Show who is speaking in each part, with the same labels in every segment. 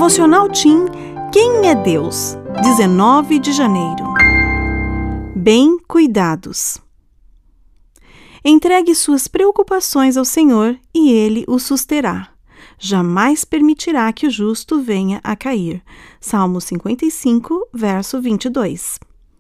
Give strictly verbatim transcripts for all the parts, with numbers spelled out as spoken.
Speaker 1: Devocional Tim, Quem é Deus? dezenove de janeiro. Bem cuidados. Entregue suas preocupações ao Senhor e Ele o susterá. Jamais permitirá que o justo venha a cair. Salmo cinquenta e cinco, verso vinte e dois.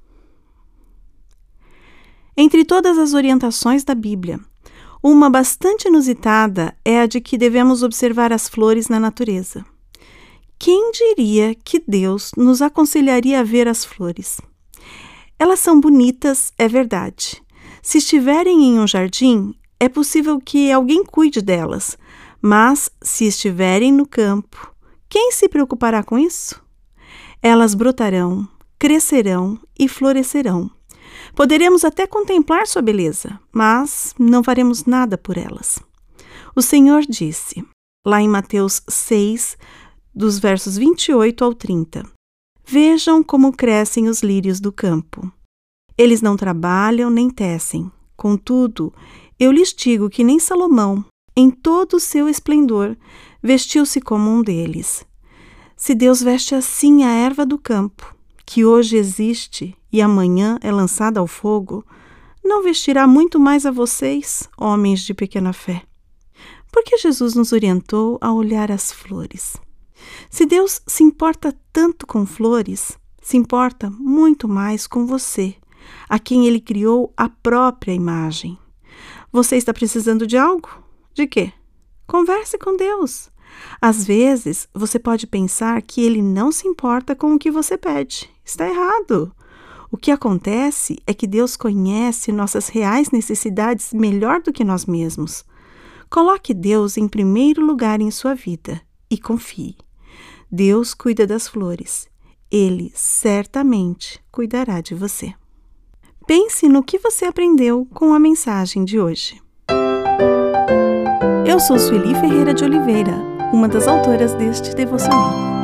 Speaker 1: Entre todas as orientações da Bíblia, uma bastante inusitada é a de que devemos observar as flores na natureza. Quem diria que Deus nos aconselharia a ver as flores? Elas são bonitas, é verdade. Se estiverem em um jardim, é possível que alguém cuide delas, mas se estiverem no campo, quem se preocupará com isso? Elas brotarão, crescerão e florescerão. Poderemos até contemplar sua beleza, mas não faremos nada por elas. O Senhor disse, lá em Mateus seis, dos versos vinte e oito ao trinta, Vejam como crescem os lírios do campo. Eles não trabalham nem tecem. Contudo, eu lhes digo que nem Salomão, em todo o seu esplendor, vestiu-se como um deles. Se Deus veste assim a erva do campo, que hoje existe e amanhã é lançada ao fogo, não vestirá muito mais a vocês, homens de pequena fé. Por que Jesus nos orientou a olhar as flores? Se Deus se importa tanto com flores, se importa muito mais com você, a quem Ele criou a própria imagem. Você está precisando de algo? De quê? Converse com Deus. Às vezes, você pode pensar que Ele não se importa com o que você pede. Está errado. O que acontece é que Deus conhece nossas reais necessidades melhor do que nós mesmos. Coloque Deus em primeiro lugar em sua vida e confie. Deus cuida das flores. Ele certamente cuidará de você. Pense no que você aprendeu com a mensagem de hoje. Eu sou Sueli Ferreira de Oliveira, uma das autoras deste devocional.